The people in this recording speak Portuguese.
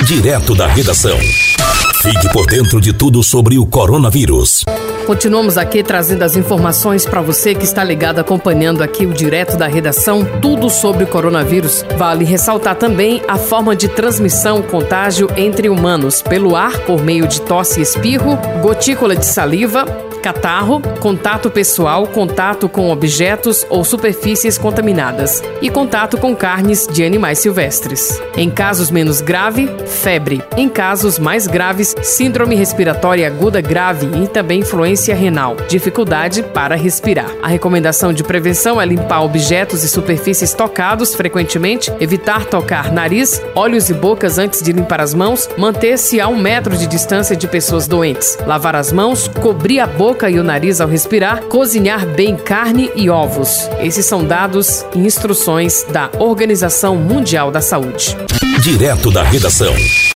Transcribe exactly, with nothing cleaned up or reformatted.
Direto da redação. Fique por dentro de tudo sobre o coronavírus. Continuamos aqui trazendo as informações para você que está ligado acompanhando aqui o Direto da Redação, tudo sobre o coronavírus. Vale ressaltar também a forma de transmissão, contágio entre humanos pelo ar por meio de tosse e espirro, gotícula de saliva, catarro, contato pessoal, contato com objetos ou superfícies contaminadas e contato com carnes de animais silvestres. Em casos menos graves, febre. Em casos mais graves, síndrome respiratória aguda grave e também influência renal, dificuldade para respirar. A recomendação de prevenção é limpar objetos e superfícies tocados frequentemente, evitar tocar nariz, olhos e bocas antes de limpar as mãos, manter-se a um metro de distância de pessoas doentes, lavar as mãos, cobrir a boca e o nariz ao respirar, cozinhar bem carne e ovos. Esses são dados e instruções da Organização Mundial da Saúde. Direto da redação.